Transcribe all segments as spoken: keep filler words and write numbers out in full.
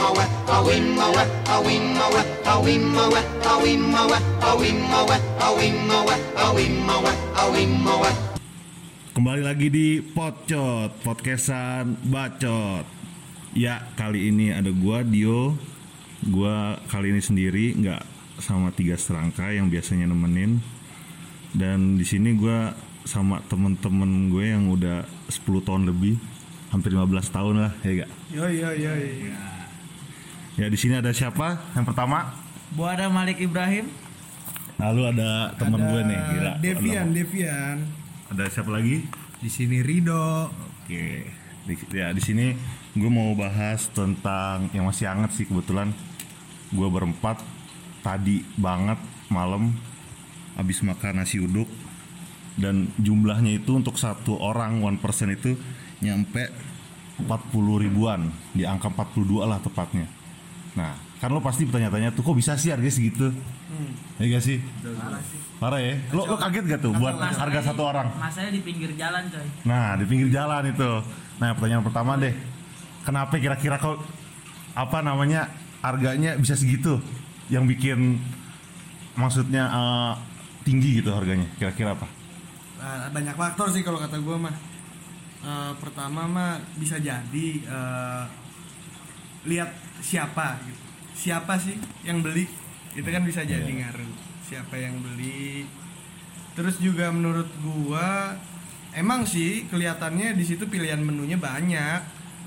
Awimawa, awimawa, awimawa, awimawa, awimawa, awimawa, awimawa, awimawa, awimawa. Kembali lagi di Pocot, podcastan bacot. Ya, kali ini ada gua Dio. Gua kali ini sendiri, nggak sama tiga serangka yang biasanya nemenin. Dan di sini gua sama temen-temen gue yang udah sepuluh tahun lebih, hampir lima belas tahun lah, ya gak? Yo yo yo. Ya, di sini ada siapa? Yang pertama, Gua ada Malik Ibrahim. lalu ada temen gue nih, gila. Devian, Ada- Devian. Ada siapa lagi? Di sini Rido. Oke, di, ya di sini gue mau bahas tentang yang masih hangat sih kebetulan. Gue berempat tadi banget malam habis makan nasi uduk dan jumlahnya itu untuk satu orang one person itu nyampe empat puluh ribuan, di angka empat puluh dua lah tepatnya. Nah, kan lo pasti bertanya-tanya tuh kok bisa sih harganya segitu? Hmm. Ya gak sih? Parah sih. Parah ya? Lo, lo kaget gak tuh buat Masalahnya- harga satu orang? Masalahnya di pinggir jalan coy. Nah, di pinggir jalan itu. Nah, pertanyaan pertama deh. Kenapa kira-kira kok apa namanya harganya bisa segitu? Yang bikin maksudnya eh, tinggi gitu harganya. Kira-kira apa? Nah, banyak faktor sih kalau kata gua mah. Eh, pertama mah bisa jadi eh, lihat siapa gitu. Siapa sih yang beli? Itu kan bisa jadi Iya. ngaruh. Siapa yang beli? Terus juga menurut gua emang sih kelihatannya di situ pilihan menunya banyak.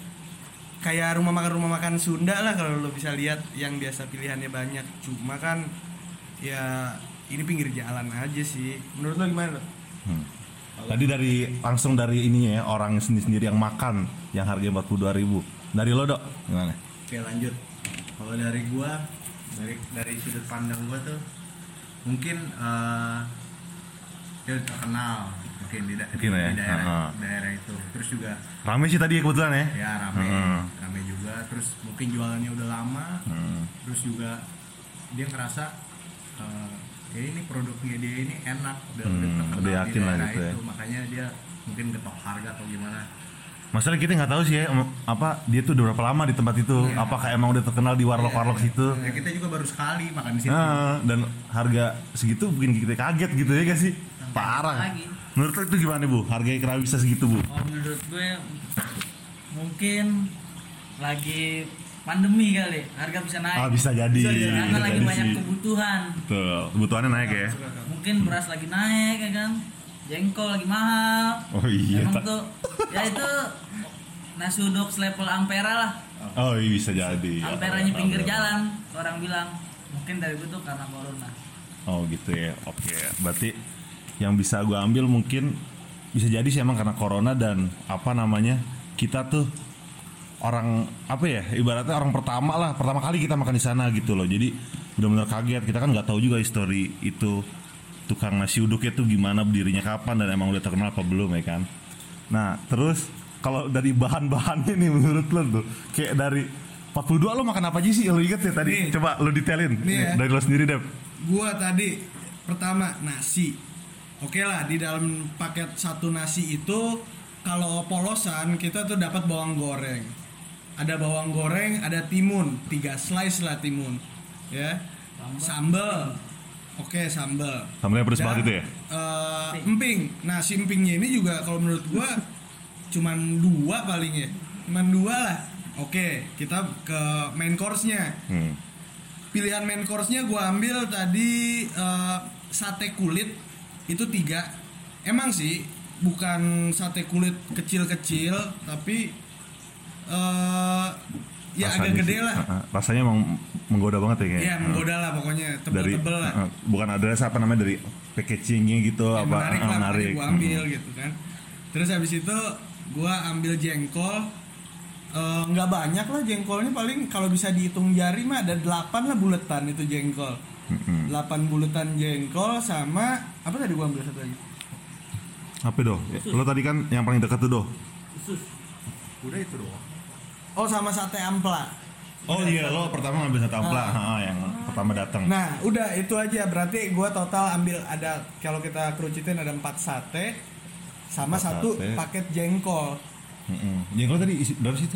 Kayak rumah makan rumah makan Sunda lah kalau lo bisa lihat yang biasa pilihannya banyak. Cuma kan ya ini pinggir jalan aja sih. Menurut lo gimana lo? Hmm. Tadi dari langsung dari ininya ya, orang sendiri-sendiri yang makan yang harganya empat puluh dua ribu. Dari lo, Dok, gimana? Oke, lanjut. Kalau dari gua, dari dari sudut pandang gua tuh mungkin eh dia udah terkenal mungkin di, da- Mungkin di, ya, di daerah uh-huh. daerah itu. Terus juga Rame sih tadi ya kebetulan ya. ya rame, Hmm. rame juga. Terus mungkin jualannya udah lama. Hmm. Terus juga dia ngerasa eh, ya ini produknya dia ini enak, udah, Hmm, udah terkenal udah di yakin lah daerah gitu ya. itu. Makanya dia mungkin getok harga atau gimana. Masalah kita nggak tahu sih ya em- apa dia tuh udah berapa lama di tempat itu. Iya. Apakah emang udah terkenal di warlock-warlock Ya, situ? ya kita juga baru sekali makan di situ. Nah, dan harga segitu bikin kita kaget gitu ya gak sih? Parah. lagi. Menurut lo itu gimana Bu? Harga kenapa bisa segitu Bu? Oh menurut gue mungkin lagi pandemi kali, harga bisa naik. Ah bisa jadi. Karena Bisa lagi jadi banyak sih. kebutuhan. Betul, kebutuhannya naik ya. Mungkin beras lagi naik ya kan, jengkol lagi mahal. Oh iya. Emang tak- tuh, ya itu nasi uduk selevel Ampera lah. Oh iya bisa jadi. Amperanya pinggir jalan, orang bilang. Mungkin dari gue tuh karena corona. Oh gitu ya. Oke. Berarti yang bisa gue ambil mungkin bisa jadi sih emang karena corona dan apa namanya kita tuh orang apa ya ibaratnya orang pertama lah pertama kali kita makan di sana gitu loh, jadi benar-benar kaget. Kita kan nggak tahu juga histori itu tukang nasi uduknya tuh gimana, berdirinya kapan, dan emang udah terkenal apa belum ya kan. Nah terus kalau dari bahan-bahannya nih menurut lo tuh kayak dari empat puluh dua lo makan apa aja sih, lo inget ya tadi? Nih. Coba lo detailin Nih ya. dari lo sendiri deh. Gua tadi pertama nasi. Oke lah, di dalam paket satu nasi itu kalau polosan kita tuh dapat bawang goreng. Ada bawang goreng, ada timun, tiga slice lah timun. Ya. Sambal. Oke, sambal. Sambalnya pedes Dan, banget itu ya? eh, emping. Nah, si empingnya ini juga kalau menurut gua cuman dua paling ya. Cuman dua lah. Oke, kita ke main course-nya. Hmm. Pilihan main course-nya gue ambil tadi eh, sate kulit itu tiga. Emang sih bukan sate kulit kecil-kecil, tapi eh ya Rasanya agak gede sih, lah. uh, uh, rasanya emang menggoda banget ya kayaknya. Ya menggoda lah pokoknya, dari tebel-tebel lah. uh, uh, bukan ada apa namanya dari packagingnya gitu Ya, apa menarik uh, lah, menarik. gue ambil gitu kan. Terus habis itu gue ambil jengkol. Eh, nggak banyak lah jengkolnya, paling kalau bisa dihitung jari mah ada delapan lah buletan itu jengkol. Mm-mm. delapan buletan jengkol sama apa tadi gua ambil satu lagi? Apa doh? Lo tadi kan yang paling dekat tuh doh. Khusus. Udah itu doang. Oh sama sate ampla. Oh iya, lo pertama ngambil satu ampla, ha, yang pertama datang. Nah udah itu aja, berarti gua total ambil ada, kalau kita kerucutin ada empat sate sama Empat satu sate. paket jengkol. Mm-mm. Jengkol tadi isi berapa sih tuh?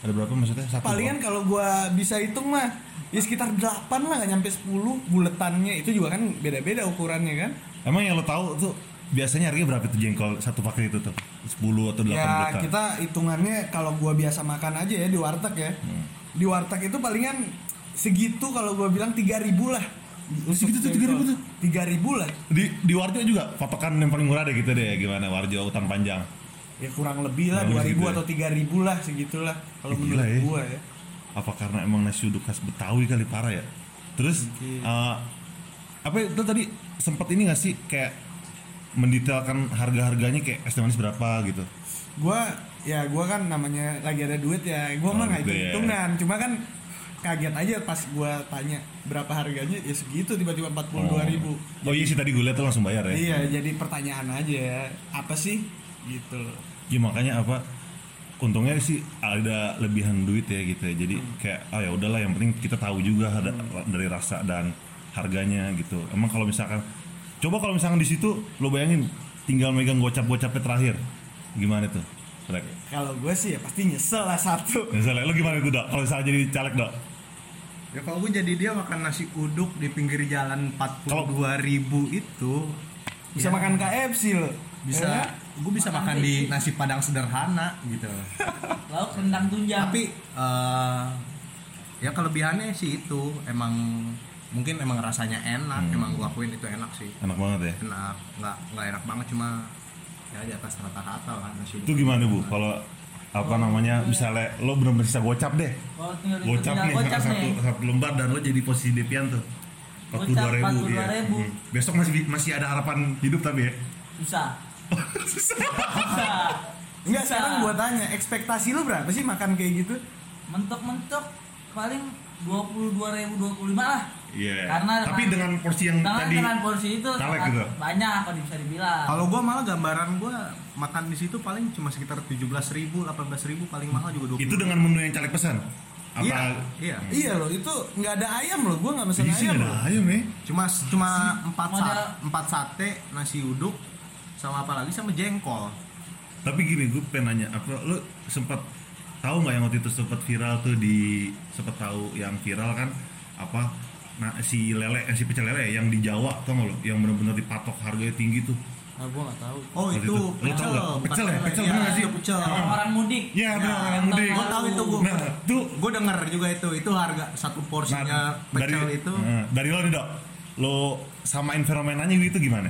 Ada berapa maksudnya? Satu. Palingan kalau gua bisa hitung mah ya sekitar delapan lah, nggak nyampe sepuluh buletannya. Itu juga kan beda-beda ukurannya kan. Emang yang lo tahu tuh biasanya harganya berapa tuh jengkol satu paket itu tuh? sepuluh atau delapan Ya buletan? kita hitungannya kalau gua biasa makan aja ya di warteg ya. Hmm. Di warteg itu palingan segitu, kalau gua bilang tiga ribu lah. Segitu tuh tiga ribu tuh? tiga ribu lah. Di di Warjo juga patokan yang paling murah deh gitu deh, gimana Warjo Hutan Panjang. Ya kurang lebih lah Kurang dua ribu gitu ya. atau tiga ribu lah segitulah kalau Gila menurut ya. gua ya. Apa karena emang nasi uduk khas Betawi kali parah ya? Terus uh, apa itu tadi sempat ini nggak sih kayak mendetailkan harga-harganya kayak es teh manis berapa gitu? Gua ya gua kan namanya lagi ada duit ya, gua Oh, mah nggak gitu ya. hitung-hitungan. Cuma kan kaget aja pas gua tanya berapa harganya, ya segitu tiba-tiba empat puluh dua ribu. Oh iya sih tadi gue liat tuh langsung bayar ya. Iya, jadi pertanyaan aja apa sih gitu loh. Ya makanya apa? Untungnya sih ada lebihan duit ya gitu ya. Jadi Hmm. kayak ah ya udahlah yang penting kita tahu juga ada dari rasa dan harganya gitu. Emang kalau misalkan coba kalau misalkan di situ lo bayangin tinggal megang gocap-gocapnya terakhir. Gimana tuh? Rek? Kalau gue sih ya pasti nyesel lah satu. Misalnya lo gimana tuh, Dok? Kalau misalnya jadi caleg, Dok? Ya kalau gue jadi dia makan nasi uduk di pinggir jalan empat puluh dua ribu itu Bisa ya, makan K F C loh. bisa Ya. gue bisa makan di nasi padang sederhana gitu. Lauk rendang tunjang. Tapi eh, ya kelebihannya sih itu emang mungkin emang rasanya enak, Hmm. emang gue akuin itu enak sih. Enak banget ya. Enak, nggak nggak enak banget, cuma ya di atas rata-rata lah nasi uduk. Itu gimana, Bu? Kalau apa namanya misalnya lo bener-bener sisa gocap deh. Oh, tinggal Gocap tinggal nih gocap satu, nih. satu lembar dan lo jadi posisi depian tuh. empat puluh dua ribu, empat puluh dua ribu. Hmm. Besok masih masih ada harapan hidup tapi ya. Susah. Susah. Enggak, Susah. sekarang gua tanya, ekspektasi lu berapa sih makan kayak gitu? Mentok-mentok paling dua puluh dua ribu, dua puluh lima lah. Iya. Karena Tapi dengan porsi yang dengan, tadi dengan porsi itu caleg sangat gitu. banyak apa bisa dibilang. Kalau gue malah gambaran gue makan di situ paling cuma sekitar tujuh belas ribu, delapan belas ribu, paling mahal juga dua puluh. itu dengan menu yang caleg pesan. Apa? Iya, iya. Iya loh, itu nggak ada ayam loh, gua nggak mesen Di sini ayam ada loh. ayam ya. Cuma cuma empat Model- sate, empat sate, nasi uduk, sama apa lagi sama jengkol. Tapi gini, gue pengen nanya, apa lo sempat tahu nggak yang waktu itu sempat viral tuh di sempat tahu yang viral kan apa nasi lele, nasi pecel lele yang di Jawa tau nggak lo, yang benar-benar dipatok harganya tinggi tuh. Nah, gua nggak tahu. Oh Waktu itu itu. Lo pecel, tahu nggak? bukan Pecel ya? lele. Pecel Iya, bener nggak sih? itu pecel. Orang mudik. Iya benar Nah, orang mudik. Gue tahu itu gue. Nah tuh Gue denger juga itu, itu harga satu porsinya nah, pecel dari, itu. nah, dari lo nih, Dok, lo samain fenomenanya gitu gimana?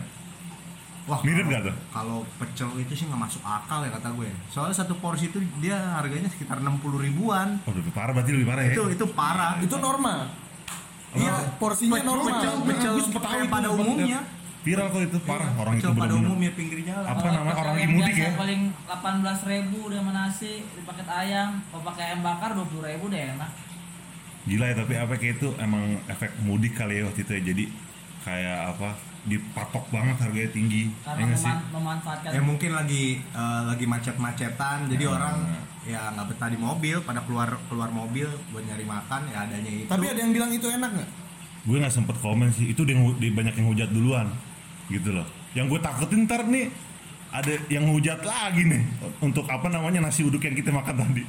Wah, Mirip kalau- nggak tuh? Kalau pecel itu sih nggak masuk akal ya kata gue. Soalnya satu porsi itu dia harganya sekitar enam puluh ribuan. Oh lebih parah, berarti lebih parah ya? Itu itu parah. Itu normal. Oh. Iya, porsinya Pe- normal. Pecel pecel Gue sempet tahu kayak itu, pada sempet umumnya. viral kok itu parah, orang itu Pecel pada bener-bener umumnya pinggir jalan. apa Kalau namanya, pecel orang yang lagi mudik biasa ya. paling delapan belas ribu udah sama nasi, dipaket ayam, kalau pakai ayam bakar dua puluh ribu udah enak. Gila ya, tapi apa kayak itu emang efek mudik kali ya waktu itu ya. Jadi kayak apa dipatok banget harganya tinggi. Karena Ya nggak sih? meman- memanfaatkan Ya mungkin lagi eh, lagi macet-macetan, jadi Hmm. orang ya nggak betah di mobil, pada keluar keluar mobil buat nyari makan, ya adanya itu. Tapi ada yang bilang itu enak nggak? Gue nggak sempet komen sih, itu dia, dia banyak yang hujat duluan gitu loh. Yang gue takutin ntar nih ada yang hujat lagi nih untuk apa namanya nasi uduk yang kita makan tadi.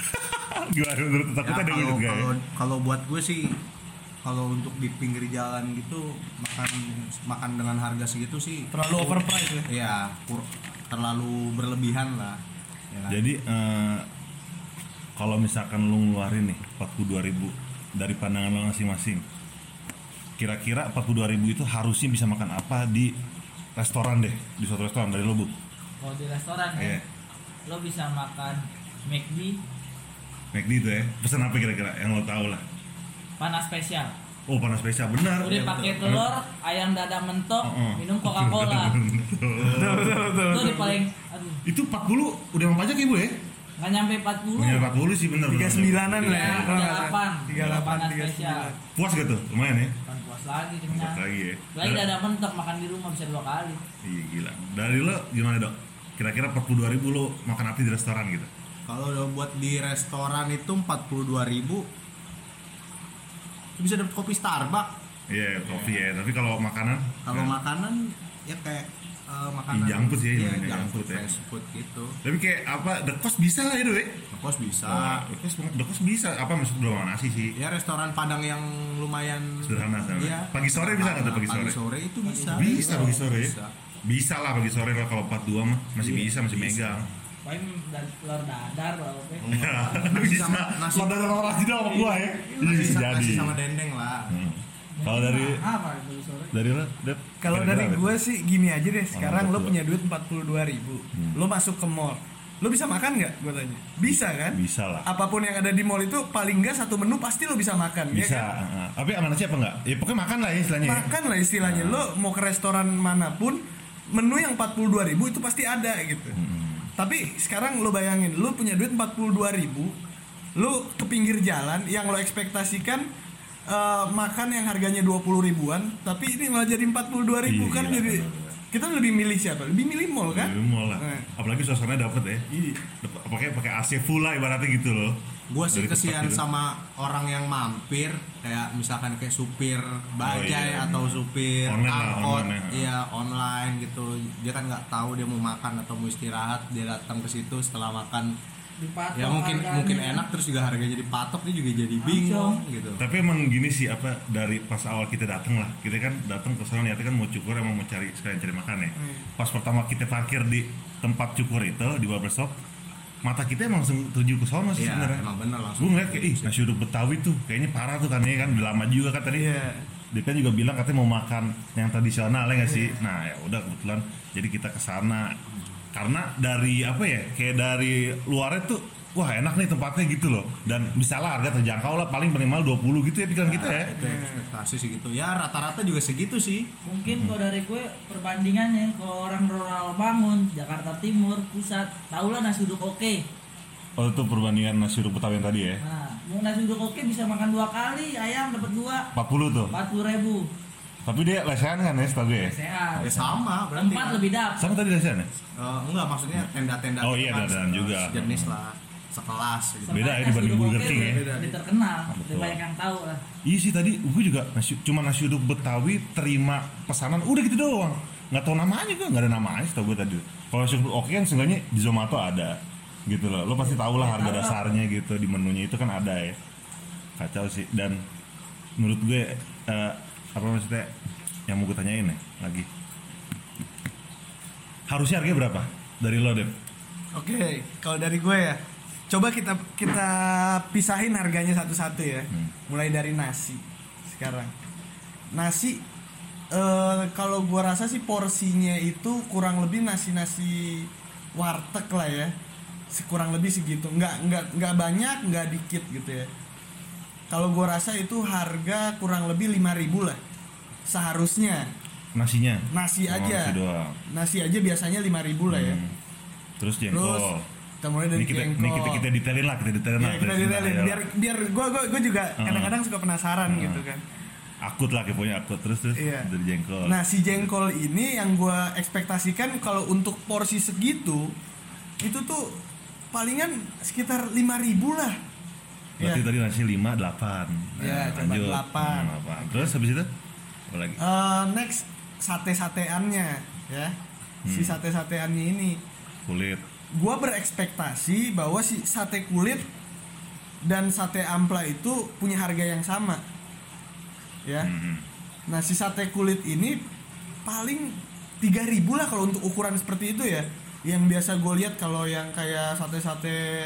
Gimana menurut Ya, takutnya ada yang kalau hujat gak ya? kalau kalau buat gue sih, kalau untuk di pinggir jalan gitu makan makan dengan harga segitu sih Terlalu overpriced ya. ya kur- terlalu berlebihan lah. Ya kan? Jadi eh, kalau misalkan lu ngeluarin nih empat puluh dua ribu dari pandangan lo masing-masing, kira-kira empat puluh dua ribu itu harusnya bisa makan apa di restoran deh, di suatu restoran dari lo, Bu? kalau di restoran Iya. ya, lo bisa makan McD McD itu ya, pesan apa kira-kira yang lo tahu lah? panas spesial. Oh panas spesial, benar. Udah pakai telur, ayam dada mentok, Heeh. minum Coca-Cola. Itu di paling, aduh, Itu empat puluh udah mau pajak ibu ya? nggak nyampe empat puluh. Punya empat puluh sih bener. Tiga sembilanan lah ya. Iya, kalau nggak salah. tiga delapan. Tiga delapan, Panas tiga spesial. sembilan. Puas gak tuh? Lumayan ya? Bukan puas lagi Puas kenyang. lagi ya. Lagi dada mentok makan di rumah bisa dua kali. Iya gila. Dari lo gimana, Dok? Kira-kira empat puluh dua ribu lo makan apa di restoran gitu? Kalau udah buat di restoran itu empat puluh dua ribu bisa dapat kopi Starbucks. Iya, kopi ya. Tapi kalau makanan? Kalau nah, makanan ya kayak uh, makanan junk food sih, iya, junk junk food, food ya. fast food gitu. Tapi kayak apa, the cost bisa lah itu ya. Kos bisa. Oh, the cost, the cost bisa. Apa maksud doang nasi sih? Ya restoran Padang yang lumayan Sederhana sama. Iya. Pagi sore bisa nggak tuh pagi sore? Pagi sore itu bisa. Bisa pagi sore ya. Bisa. Bisa lah pagi sore lah kalau empat puluh dua mah masih Iya, bisa, masih bisa. megang. Paling dan telur dadar atau apa. Nasi Bisa. sama nasi Saudara orang tidak sama gua ya. Ini nasi, bisa sama, jadi. nasi sama dendeng lah. Hmm. Kalau dari apa pagi sore? dari lo, Dep? Kalau Kira-kira dari apa gue tuh? sih gini aja deh. Sekarang lo betul. punya duit empat puluh dua ribu, lo masuk ke mall, lo bisa makan nggak? Gue tanya. Bisa kan? Bisa lah. Apapun yang ada di mall itu paling nggak satu menu pasti lo bisa makan. Bisa. Ya kan? uh, Tapi aman nasi apa enggak? Ya pokoknya makan lah ya istilahnya. ya. Makan lah istilahnya. Lo mau ke restoran manapun, menu yang empat puluh dua ribu itu pasti ada gitu. Tapi sekarang lo bayangin, lo punya duit empat puluh dua ribu, lo ke pinggir jalan yang lo ekspektasikan eh, makan yang harganya dua puluh ribuan, tapi ini malah jadi empat puluh dua ribu Iya, kan gila, jadi bener-bener. kita lebih milih siapa? Lebih milih mall kan? Di mall lah. Nah. Apalagi suasananya dapet ya. Iya. Pakai pakai A C full lah ibaratnya gitu loh. Gue sih Dari tempat kesian gitu. sama orang yang mampir kayak misalkan kayak supir bajai iya, atau supir Online lah, angkot, online ya. iya online gitu. Dia kan nggak tahu dia mau makan atau mau istirahat, dia datang ke situ setelah makan Dipatok ya mungkin harganya. mungkin enak terus juga harganya dipatok dia juga jadi bingung gitu. Tapi emang gini sih apa dari pas awal kita datang lah, kita kan datang ke sana niatnya kan mau cukur emang mau cari sekalian cari makan ya. Pas pertama kita parkir di tempat cukur itu di barbershop, mata kita emang langsung tuju ke sana sih Iya, sebenarnya. emang bener langsung. Gue ngeliat kayak ih nasi uduk Betawi tuh kayaknya parah tuh kan ya kan udah lama juga kan tadi. Iya. Dia kan juga bilang katanya mau makan yang tradisional ya nggak sih. Nah ya udah kebetulan jadi kita ke sana karena dari apa ya kayak dari luarnya tuh wah enak nih tempatnya gitu loh dan bisa lah harga terjangkau lah paling minimal dua puluh gitu ya pikiran kita ya. Itu ekspektasi sih gitu. Ya rata-rata juga segitu sih. Mungkin kalau dari gue perbandingannya kalau orang rural bangun Jakarta Timur pusat tahulah nasi uduk oke. Oh itu perbandingan nasi uduk Betawi yang tadi ya. Nah, mau nasi uduk oke bisa makan dua kali ayam dapat dua empat puluh tuh. empat puluh ribu. Tapi dia lesehan kan ya setahu gue ya. Sehat. Ya sama berarti. Tempat kan. lebih dap. Sama tadi lesehan ya? Eh, enggak maksudnya tenda-tenda Oh gitu iya, kan, tenda-tendaan se- juga. sejenis lah sekelas gitu. Beda ya Nasi dibanding uduk Burger oke King ya. lebih- Lebih terkenal, lebih Betul. banyak yang tahu lah. Iya sih tadi gue juga nasi, cuma nasi uduk Betawi terima pesanan udah gitu doang. Nggak tahu namanya gue, nggak ada namanya setahu gue tadi. Kalau nasi uduk oke kan seenggaknya di Zomato ada gitu loh. Lo pasti tahu lah harga dasarnya gitu di menunya itu kan ada ya. Kacau sih dan menurut gue eh, apa maksudnya yang mau gue tanyain nih lagi. Harusnya harganya berapa dari lo Dep? Oke, kalau dari gue ya, coba kita kita pisahin harganya satu-satu ya. Hmm. Mulai dari nasi sekarang. Nasi eh, kalau gue rasa sih porsinya itu kurang lebih nasi-nasi warteg lah ya. Kurang lebih segitu. Nggak nggak nggak banyak, nggak dikit gitu ya. Kalau gue rasa itu harga kurang lebih lima ribu lah. Seharusnya Nasinya? nasi Oh, aja. nasi doang. Nasi aja biasanya lima ribu lah ya. Hmm. Terus Terus jengkol. kita mulai dari Ini kita, jengkol. ini kita kita detailin lah, kita detailin Ya, lah. kita dari sini detailin lah, ya. biar biar gue gue gue juga Hmm. kadang-kadang suka penasaran Hmm. gitu kan. Akut lah keponya akut terus terus Iya. dari jengkol. Nah si jengkol ini yang gue ekspektasikan kalau untuk porsi segitu itu tuh palingan sekitar lima ribu lah. Berarti Ya. tadi nasi lima delapan. Ya, coba delapan. Hmm, delapan. Terus habis itu apa lagi? Eh, next sate-sateannya ya. Si Hmm. sate-sateannya ini Kulit. gue berekspektasi bahwa si sate kulit dan sate ampla itu punya harga yang sama ya. Hmm. Nah si sate kulit ini paling tiga ribu lah kalau untuk ukuran seperti itu ya. Yang biasa gue lihat kalau yang kayak sate-sate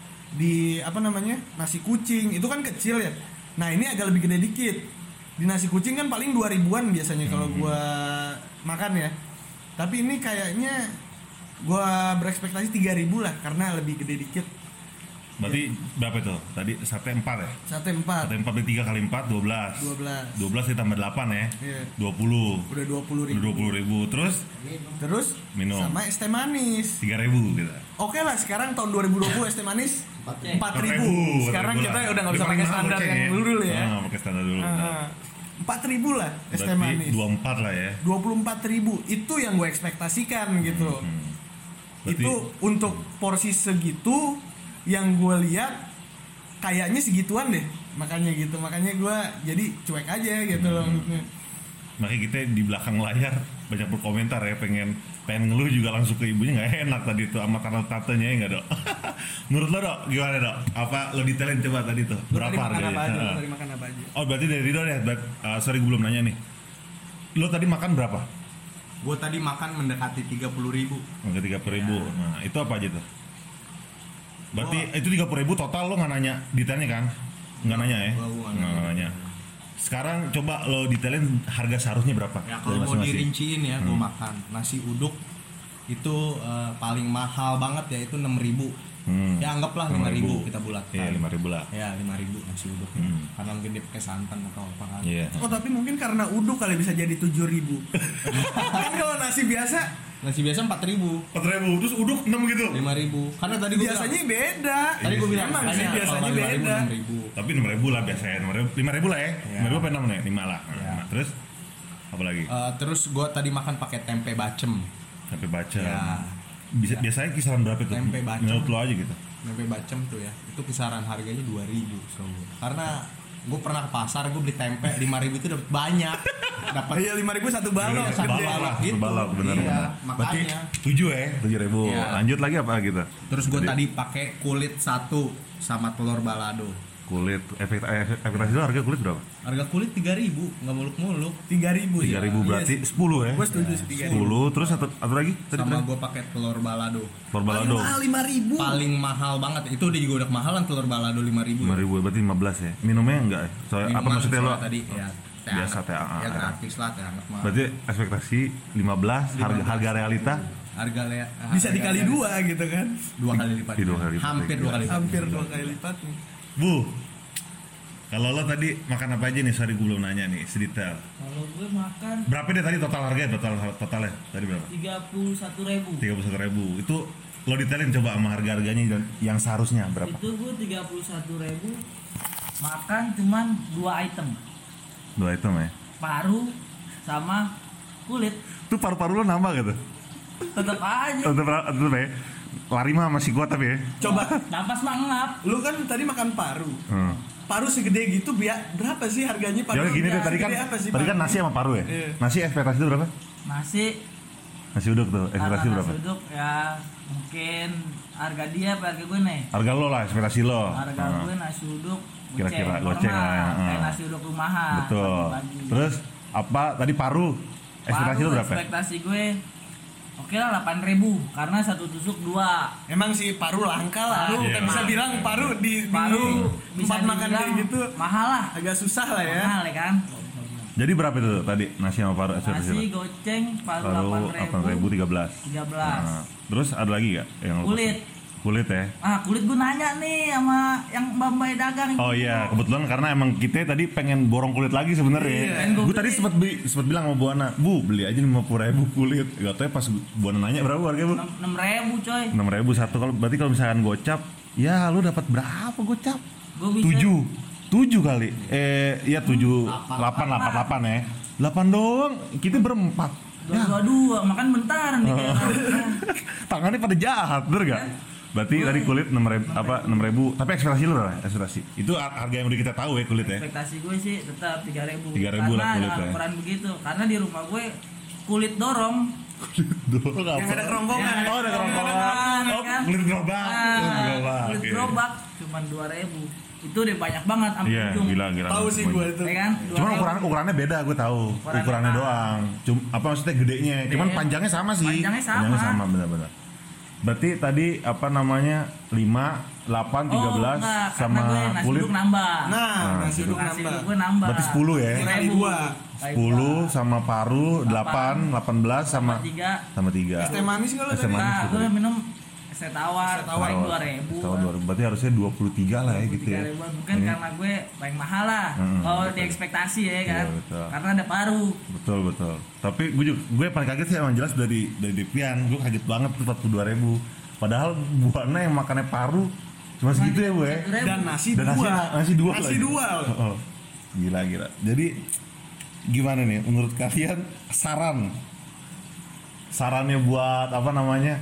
di apa namanya nasi kucing itu kan kecil ya. Nah ini agak lebih gede dikit. Di nasi kucing kan paling dua ribuan biasanya kalau gue makan ya. Tapi ini kayaknya gue berekspektasi tiga ribu lah karena lebih gede dikit. Berarti berapa itu? Tadi sate empat ya? Sate empat Sate empat tiga kali empat dua belas. dua belas dua belas ditambah delapan ya. Iya. dua puluh. Udah dua puluh Udah ribu. dua puluh ribu. Terus Terus Minum. sama es teh manis. tiga ribu gitu. Oke lah sekarang tahun dua ribu dua puluh es teh manis empat ribu. ribu. Sekarang kita udah nggak bisa pakai standar yang dulu dulu ya. Ah, pakai standar dulu. Empat ribu lah es teh Berarti manis. dua puluh empat lah ya. Dua puluh empat ribu itu yang gue ekspektasikan gitu. Hmm. Berarti- Itu untuk porsi segitu yang gue lihat kayaknya segituan deh. Makanya gitu. Makanya gue jadi cuek aja gitu loh. Hmm. Makanya kita di belakang layar banyak berkomentar ya, pengen pengen ngeluh juga langsung ke ibunya, nggak enak tadi tuh sama tante-tantenya ya nggak dok. Menurut lo dok gimana dok? Apa lo detailin coba tadi tuh Lu berapa tadi makan harganya? apa aja? Lu Heeh. tadi makan apa aja? Oh berarti dari Ridho ya? Ber- uh, sorry gue belum nanya nih. Lo tadi makan berapa? Gue tadi makan mendekati tiga puluh ribu. Harga tiga puluh ribu. Ya. Nah itu apa aja tuh? Berarti itu tiga puluh ribu total lo nggak nanya detailnya kan? Nggak nanya ya? Gua- gua nggak Nggak nanya. nanya. Sekarang coba lo detailin harga seharusnya berapa? Ya dari kalau mau masing-masing? dirinciin ya, gue Hmm. makan nasi uduk itu eh, paling mahal banget ya itu enam ribu. Hmm. Ya anggaplah lima ribu kita bulatkan. Iya lima ribu lah. Ya lima ribu nasi uduk. Hmm. Karena mungkin dia pakai santan atau apa kan. Iya. Oh tapi mungkin karena uduk kali bisa jadi tujuh ribu. Kan kalau nasi biasa Nasi biasa empat ribu, Empat ribu terus uduk enam gitu. lima ribu. Karena tadi gue biasanya beda. tadi gue bilang Emang sih makanya biasanya kalau lima ribu, beda. enam ribu. Tapi enam ribu lah biasanya. Lima ribu lah ya. Iya. Lima ribu apa enam nih? Lima lah. Iya. Nah, terus apa lagi? Eh, terus gue tadi makan pakai tempe bacem. Sampai baca. Ya. Bisa biasanya kisaran berapa itu? Tempe bacem. Menurut lo aja gitu. Tempe bacem tuh ya, itu kisaran harganya dua ribu. So, karena gue pernah ke pasar, gue beli tempe lima ribu itu dapat banyak. Dapat Iya lima ribu satu balok. Satu gede. balok, gitu. satu balok benar Iya, benar. Berarti makanya. tujuh ya, tujuh ribu. Iya. Lanjut lagi apa gitu? Terus gue tadi pakai kulit satu sama telur balado. Kulit, efek ekspektasi lo harga kulit berapa? Harga kulit tiga ribu, nggak muluk-muluk. Tiga ribu. Tiga ribu berarti sepuluh ya? Gue setuju sih tiga ribu. Sepuluh terus satu, satu lagi? Tadi Sama berapa? gue pakai telur balado. Telur balado. lima ribu. Paling mahal banget. Itu udah juga udah kemahalan telur balado lima ribu. Lima ribu berarti lima belas ya? Minumnya enggak ya? Soalnya apa maksudnya lo? tadi ya. teh Biasa hangat. teh hangat. Ya gratis lah teh hangat mah. Berarti ekspektasi lima belas, harga harga realita Harga le- Bisa harga dikali realis- dua gitu kan. Dua kali lipat. Dua kali lipat. Hampir dua kali lipat. Hampir dua kali lipat nih. Bu, kalau lo tadi makan apa aja nih? Sorry gue belum nanya nih, sedetail. Kalau gue makan Berapa deh tadi total harganya? Total totalnya tadi berapa? tiga puluh satu ribu. Tiga puluh satu ribu. Itu lo detailin coba sama harga harganya dan yang seharusnya berapa? Itu gue tiga puluh satu ribu makan cuman dua item, Dua item ya. paru sama kulit. Tuh paru-paru lo nambah gitu? Tetep aja. Tetep, tetep ya. Lari mah masih kuat tapi ya. Coba Napas mah ngap. lu kan tadi makan paru. Hmm. Paru segede gitu biar berapa sih harganya paru? Jadi gini deh, tadi kan Segede apa sih tadi kan paru? nasi sama paru ya. Iya. Nasi ekspektasi itu berapa? Nasi Nasi uduk tuh, karena ekspektasi berapa? nasi uduk ya mungkin harga dia apa harga gue nih? Harga lo lah, ekspektasi lo. Harga Nah, gue nasi uduk Kira-kira normal, goceng lah ya, kayak hmm. nasi uduk rumahan. betul. pagi-pagi. Terus apa tadi paru? Ekspektasi Paru lo berapa? ekspektasi gue oke lah delapan ribu karena satu tusuk dua. Emang sih paru langka lah. Paru, Lu iya. kan bisa bilang paru di, di Paru bisa tempat makan dibilang kayak gitu mahal lah. agak susah lah ya. Mahal ya kan? Jadi berapa itu tadi nasi sama paru ekspektasi lo? Nasi goceng paru Paru delapan ribu. tiga belas. tiga belas. Nah, terus ada lagi gak yang lo Kulit. pesen? Kulit ya. Ah, kulit gue nanya nih sama yang Mbak dagang. Oh iya, kebetulan karena emang kita tadi pengen borong kulit lagi sebenarnya. Iya. Pengen gua Gue tadi beli. sempat beli, sempat bilang sama Bu Ana, Bu beli aja lima puluh ribu kulit. Gak tau ya pas Bu Ana nanya berapa harganya Bu? enam ribu coy. Enam ribu satu. Kalau berarti kalau misalkan gocap, ya lu dapat berapa gocap? Gue bisa Tujuh, tujuh kali. Eh, iya tujuh, delapan, delapan, delapan ya. Delapan doang. Kita berempat. dua Ya, dua dua, makan bentar nih Oh. kayak. tangannya pada jahat, bener gak? Berarti tadi kulit enam ribu, apa enam ribu. Tapi ekspektasi lu berapa? Ekspektasi. Itu har- harga yang udah kita tahu ya kulit ya. Ekspektasi gue sih tetap tiga ribu. tiga ribu lah kulit ya. ukuran begitu. Karena di rumah gue kulit dorong. Dorong apa? Yang ada kerongkongan. Oh, ada kerongkongan. Oh, kan? kulit gerobak. Ah, Kulit gerobak. kulit oke. gerobak cuman dua ribu. Itu udah banyak banget sampai Iya, ujung. gila gila. Tahu sih gue itu. Ya kan? Cuman dua ribu. ukuran ukurannya beda, gue tahu. Ukurannya Ukurannya apa? doang. Cuma apa maksudnya gedenya? Cuman Gede. panjangnya sama sih. Panjangnya sama. sama benar-benar. Berarti tadi apa namanya? lima, delapan, tiga belas Oh, enggak, sama karena gue nasi kulit. uduk nambah. Nah, nasi uduk nasi nambah. uduk gue nambah. Berarti sepuluh ya? Kali dua. sepuluh sama paru, delapan, delapan belas sama tiga. sama tiga. Es teh manis nggak lu Es teh tadi? manis. Nah, tuh gue tadi. minum es teh tawar, Es teh tawar. paling dua ribu. Tahun dua ribu. Berarti harusnya dua puluh tiga lah ya gitu ya. Mungkin Ini- karena gue paling mahal lah. Hmm, Kalau betul. di ekspektasi ya kan. Iya, betul. Karena ada paru. Betul betul. Tapi gue juga, gue paling kaget sih emang jelas dari dari Depian. Gue kaget banget tuh empat puluh dua ribu. Padahal buahnya yang makannya paru cuma segitu ya gue. Dan nasi Dan nasi dua. nasi dua Nasi lagi. dua. Oh, gila gila. Jadi gimana nih menurut kalian saran sarannya buat apa namanya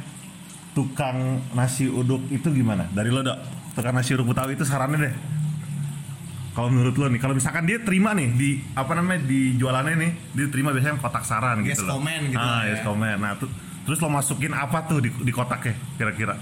tukang nasi uduk itu gimana? Dari lo Dok, tukang nasi uduk Betawi itu sarannya deh. Kalau menurut lo nih, kalau misalkan dia terima nih di apa namanya di jualannya nih, dia terima biasanya kotak saran Yes gitu loh. comment gitu Ah, lah yes ya. comment. Nah, tu- terus lo masukin apa tuh di, di kotaknya kira-kira?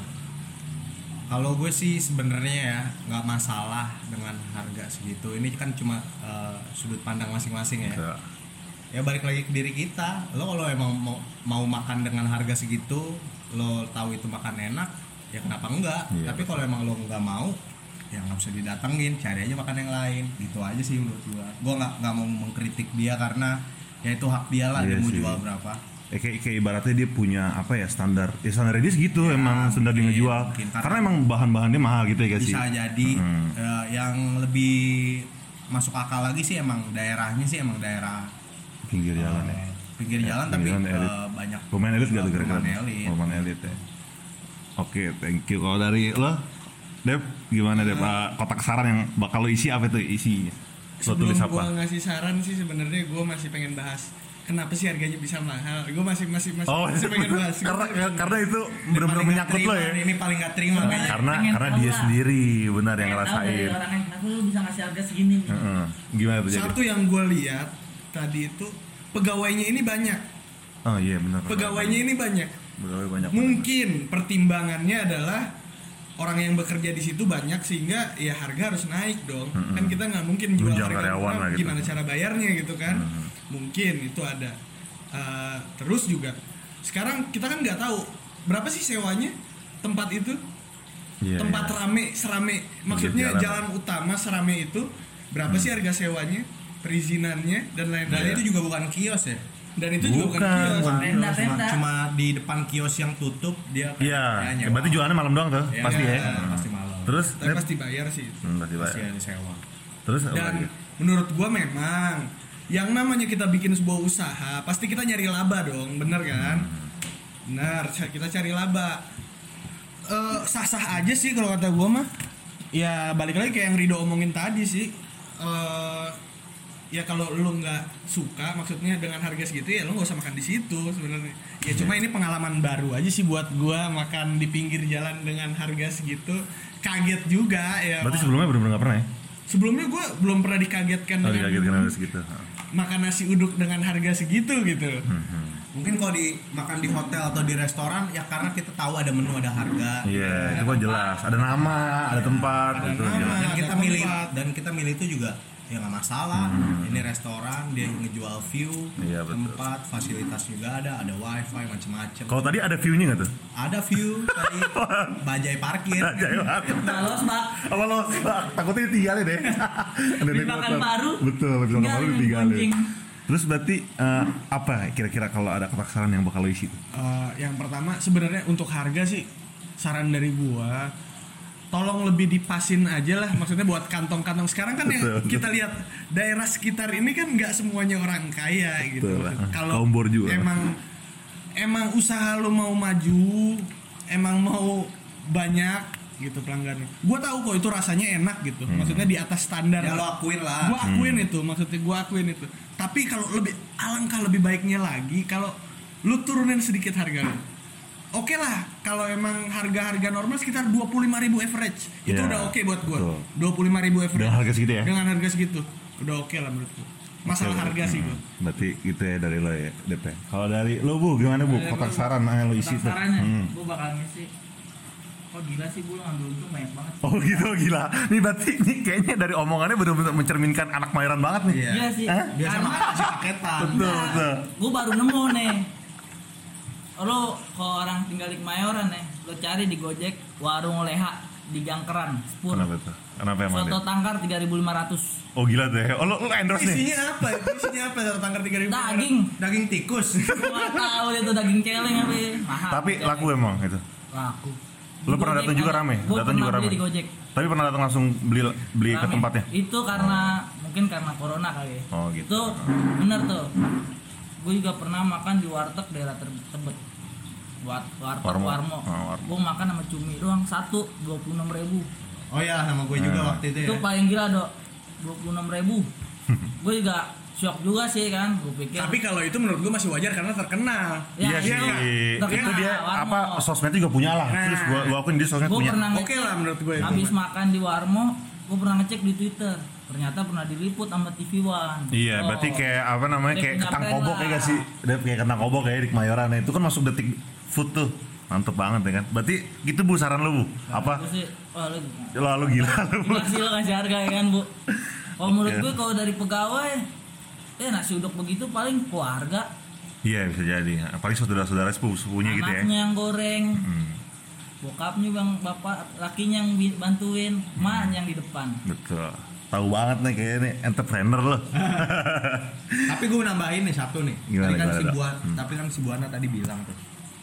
Kalau gue sih sebenarnya ya nggak masalah dengan harga segitu. Ini kan cuma uh, sudut pandang masing-masing ya. Gitu. Ya balik lagi ke diri kita. Lo kalau emang mau, mau makan dengan harga segitu, lo tahu itu makan enak, ya kenapa enggak? Iya, Tapi kalau emang lo nggak mau, ya nggak usah didatengin, cari aja makan yang lain. Gitu aja sih menurut gua. Gua nggak nggak mau mengkritik dia karena ya itu hak dia lah, Iya dia mau sih. jual berapa. Eh, kayak, kayak ibaratnya dia punya apa ya standar, ya standar dia segitu Ya, emang standar dia mungkin, ngejual. mungkin. Karena, Karena emang bahan-bahannya mahal gitu ya guys sih. Bisa jadi Hmm. eh, yang lebih masuk akal lagi sih emang daerahnya sih emang daerah Pinggir jalan ya. eh, pinggir jalan tapi Pinggir jalan elit. eh, banyak Lumayan elit gak tuh kira-kira? lumayan elit. Lumayan elit ya. Oke, thank you. Kalau dari lo, Dep, gimana Dep? Ah, kotak saran yang bakal lo isi apa tuh isinya? Lo Sebelum tulis gue apa? ngasih saran sih sebenarnya gue masih pengen bahas kenapa sih harganya bisa mahal. Gue masih masih masih, Oh, masih pengen bahas. karena karena itu Ini benar-benar paling nggak menyangkut lo terima ya. nih, Ini paling nggak terima kayaknya. Karena Pengen karena tahu dia lah. sendiri benar yang Pengen tahu dari ngerasain. orangnya, kenapa lu bisa ngasih harga segini nih? Heeh. Gimana tuh jadi? Satu yang gue lihat tadi itu pegawainya ini banyak. Oh iya benar. Pegawainya ini banyak. Pegawai banyak. Mungkin pertimbangannya adalah orang yang bekerja di situ banyak sehingga ya harga harus naik dong. Mm-mm. Kan kita nggak mungkin jual Tunjang harga karyawan murah, lah gitu. gimana cara bayarnya gitu kan. Mm-mm. Mungkin itu ada. Uh, terus juga sekarang kita kan nggak tahu berapa sih sewanya tempat itu. Iya, tempat iya. rame serame maksudnya jalan. jalan. utama serame itu berapa Hmm. sih harga sewanya, perizinannya dan Dan lain-lain. itu juga bukan kios ya. Dan itu juga bukan Bukan. kios. Bukan kios, cuma, Tenda-tenda. cuma di depan kios yang tutup dia kayak- Iya, kayak nyewa. berarti jualannya malam doang tuh, Iya, pasti ya. iya, Hmm. pasti malam. Terus, Tapi Dep? pasti bayar sih. Hmm, pasti Pasti bayar. ada sewa. Terus apa Dan lagi? menurut gua memang yang namanya kita bikin sebuah usaha pasti kita nyari laba dong, bener kan? Bener, ca- kita cari laba. Eh, sah-sah aja sih kalau kata gua mah. Ya balik lagi kayak yang Rido omongin tadi sih. Eh, ya kalau lu nggak suka, maksudnya dengan harga segitu ya lu nggak usah makan di situ sebenarnya. Ya cuma ini pengalaman baru aja sih buat gua makan di pinggir jalan dengan harga segitu. Kaget juga ya. Berarti sebelumnya benar-benar nggak pernah ya? Sebelumnya gue belum pernah dikagetkan Oh, dengan dikagetkan harus gitu. makan nasi uduk dengan harga segitu gitu. Mungkin kalau di makan di hotel atau di restoran ya karena kita tahu ada menu, ada harga. Iya, itu kok jelas. Ada nama, ada tempat, Ada itu nama. jelas. Dan kita Ada milih tempat. dan kita milih itu juga ya nggak masalah. Ini restoran dia ngejual view, Iya, betul. tempat, fasilitas juga ada, ada wifi macem-macem. Kalau tadi ada view-nya nggak tuh? Ada view tadi bajai parkir. Jaya banget. Malos, Pak. Apa lo? Ah, takutnya ditinggalin deh. Ada naik Dimakan motor. paru. Betul, betul. Makan paru Tinggalin ditinggalin. kucing. Terus berarti eh, apa kira-kira kalau ada kotak saran yang bakal lo isi tuh? Eh, yang pertama sebenarnya untuk harga sih saran dari gua tolong lebih dipasin aja lah, maksudnya buat kantong-kantong sekarang kan yang Betul, betul. kita lihat daerah sekitar ini kan nggak semuanya orang kaya gitu. Betul lah. Kalau Kaum bor juga. emang emang usaha lu mau maju, emang mau banyak gitu pelanggannya. Gua tahu kok itu rasanya enak gitu. Hmm. Maksudnya di atas standar. Ya lo akuin lah. Gua akuin itu, maksudnya gua akuin itu. Tapi kalau lebih alangkah lebih baiknya lagi kalau lu turunin sedikit harga lu. Oke lah, kalau emang harga-harga normal sekitar dua puluh lima ribu average. Itu Ya, udah oke buat gua. betul. dua puluh lima ribu average. Dengan harga segitu ya? Dengan harga segitu. Udah oke lah menurut gua. Masalah Oke, harga sih hmm. gua. Berarti gitu ya dari lo ya, D P. Kalau dari lo Bu, gimana Bu? Dari Kotak gua, saran ah, yang lo isi Kotak tuh. sarannya, Hmm. gue bakal ngisi. Kok gila sih gue ngambil untung banyak banget. Oh gitu gila. Nih berarti nih kayaknya dari omongannya benar-benar mencerminkan anak mayoran banget nih. Iya. Iya sih. Hah? Biasa Karena makan nasi paketan. Betul, betul. gue baru nemu nih. Lo kalau orang tinggal di Kemayoran nih, lo cari di Gojek warung Leha di Gangkeran, Spur. Kenapa tuh? Kenapa emang Soto dia? tangkar tiga ribu lima ratus. Oh gila deh. Oh lo, lo endorse nih. Isinya apa? Isinya apa? Satu tangkar tiga ribu. Daging. Daging tikus. Gue gak tahu itu daging celeng apa ya. Mahal. Tapi celeng. laku emang itu. Laku. Lo pernah datang juga rame? Gue Datang pernah juga beli rame. di Gojek. Tapi pernah datang langsung beli beli ke Rame. tempatnya. Itu karena mungkin karena corona kali ya. Oh, gitu. Itu bener tuh. Gue juga pernah makan di warteg daerah Ter- Tebet. Buat warteg Warmo. Warmo. Oh, Warmo. Gue makan sama cumi doang satu dua puluh enam ribu. Oh ya, sama gue juga Nah. waktu itu ya. Itu paling gila dok dua puluh enam ribu. Gue juga shock juga sih kan. Gue pikir. Tapi kalau itu menurut gua masih wajar karena terkenal. Ya, Iya sih. iya, terkenal, Itu dia Warmo. apa sosmed juga punya lah. Nah. Terus gua gua akuin dia sosmed Gue punya. pernah Oke ngecek lah menurut gue itu. habis makan di Warmo. Gue pernah ngecek di Twitter. ternyata pernah diliput sama T V One. Iya, Oh. berarti kayak apa namanya Dia kayak punya ketang brand kobok lah. ya gak sih? Udah kayak ketang kobok kayak di Kemayoran itu kan masuk Detik Food tuh. Mantep banget ya kan. Berarti gitu Bu saran lu Bu. Apa? Terus sih, wah lu Lalu gila lu Bu. gila sih lo kasih harga ya kan Bu. Kalau menurut Oke. gue kalau dari pegawai, eh nasi uduk begitu paling keluarga, Iya bisa jadi. Apalagi saudara-saudara sepupu-sepupunya gitu ya. anaknya yang goreng, Hmm, bokapnya bang bapak, lakinya yang bi- bantuin, emaknya yang di depan. betul. Tahu banget nih kayaknya nih entrepreneur loh. Tapi gue nambahin nih satu nih. Gimana, tadi kan gimana, si Dok? Buan, Hmm. tapi kan si Buana tadi bilang tuh.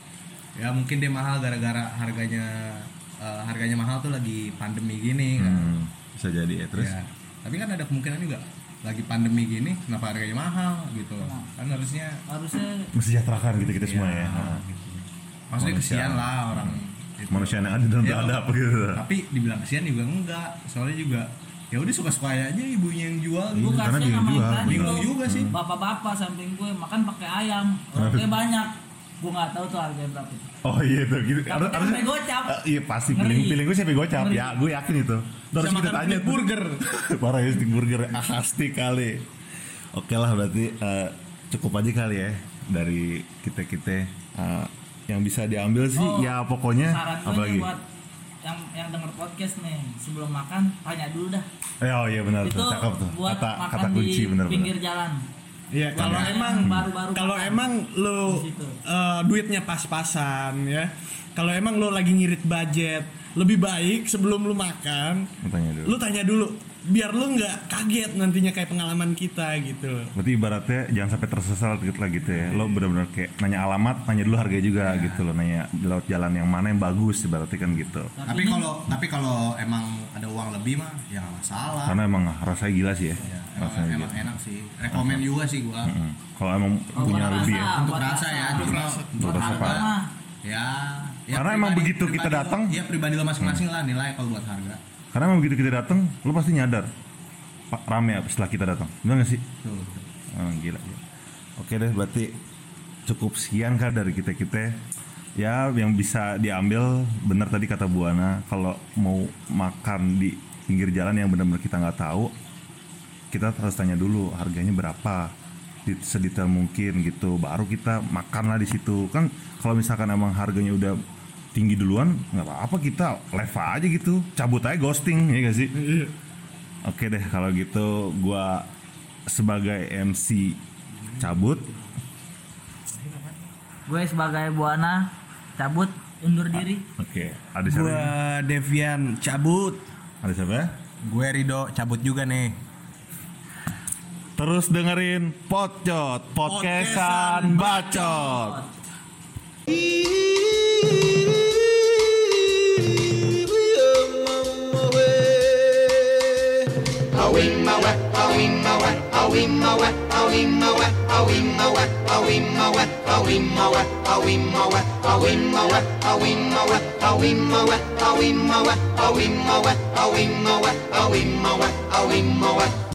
Ya mungkin dia mahal gara-gara harganya eh, harganya mahal tuh lagi pandemi gini kan. Hmm, bisa jadi ya terus. Ya. Tapi kan ada kemungkinan juga lagi pandemi gini kenapa harganya mahal gitu. Kan harusnya Harusnya Mesejahterakan gitu kita semua ya. ya, Nah, gitu. Maksudnya Manusia. kesian lah orang gitu. Manusia yang ada dan Ya, beradab gitu. Tapi dibilang kesian juga enggak. Soalnya juga ya udah suka-suka aja ibunya yang jual gue gitu. karena kasihan dia sama yang jual, tadi bingung tuh. juga sih. Bapak-bapak samping gue makan pakai ayam, orangnya banyak. Gue nggak tahu tuh harganya berapa. Oh iya tuh gitu. Tapi Harus kan harus sampai gocap. Eh, iya pasti Ngeri. piling piling gue sampai gocap. Ngeri. Ya, gue yakin itu. Terus Bisa kita makan tanya stick tuh. burger. Parah ya stick burger asli kali. Oke lah berarti eh, cukup aja kali ya dari kita-kita eh, yang bisa diambil sih Oh, ya pokoknya Saran gue apalagi. nih buat yang yang denger podcast nih, sebelum makan tanya dulu dah. Eh, oh iya benar Itu tuh, cakep tuh. buat Kata makan kata kunci di benar benar. pinggir jalan. Iya, kalau Buat emang yang baru-baru kalau makan. emang lu Di situ. eh, duitnya pas-pasan ya. Kalau emang lu lagi ngirit budget, lebih baik sebelum lu makan, Lu tanya dulu. lu tanya dulu biar lu nggak kaget nantinya kayak pengalaman kita gitu. Berarti ibaratnya jangan sampai tersesal gitu lah gitu ya. Lo benar-benar kayak nanya alamat, nanya dulu harga juga gitu loh. Nanya lewat jalan yang mana yang bagus ibaratnya kan gitu. Tapi kalau tapi kalau emang ada uang lebih mah ya nggak masalah. Karena emang rasanya gila sih ya. Ya, emang, Rasanya emang gila. enak sih. Rekomen juga sih gua. Mm. Kalau emang Oh, punya buat lebih ya. rasa, Untuk buat rasa ya, Untuk cuma rasa. untuk Untuk rasa harga. apa? Mah, Ya, ya Karena emang pribadi- begitu kita pribadi lo- datang- Iya pribadi lo masing-masing lah nilai kalau buat harga. Karena emang begitu kita datang, lo pasti nyadar. Pak rame ya setelah kita datang. Benar gak sih? Tuh. Oh, gila, gila. Oke deh, berarti cukup sekian kan dari kita-kita. Ya, yang bisa diambil benar tadi kata Buana, kalau mau makan di pinggir jalan yang benar-benar kita nggak tahu, kita harus tanya dulu harganya berapa, di- sedetail mungkin gitu. Baru kita makan lah di situ. Kan kalau misalkan emang harganya udah tinggi duluan, nggak apa-apa kita live aja gitu, cabut aja ghosting ya gak sih? Oke deh kalau gitu gua sebagai M C cabut. gue sebagai Buana cabut undur diri. Oke, ada siapa? Gua Devian cabut. Ada siapa? Gue Rido cabut juga nih. Terus dengerin Podcot, podcastan bacot. Awimmawa, awimmawa, awimmawa, awimmawa, awimmawa, awimmawa, awimmawa, awimmawa, awimmawa, awimmawa, awimmawa, awimmawa, awimmawa, awimmawa, awimmawa, awimmawa.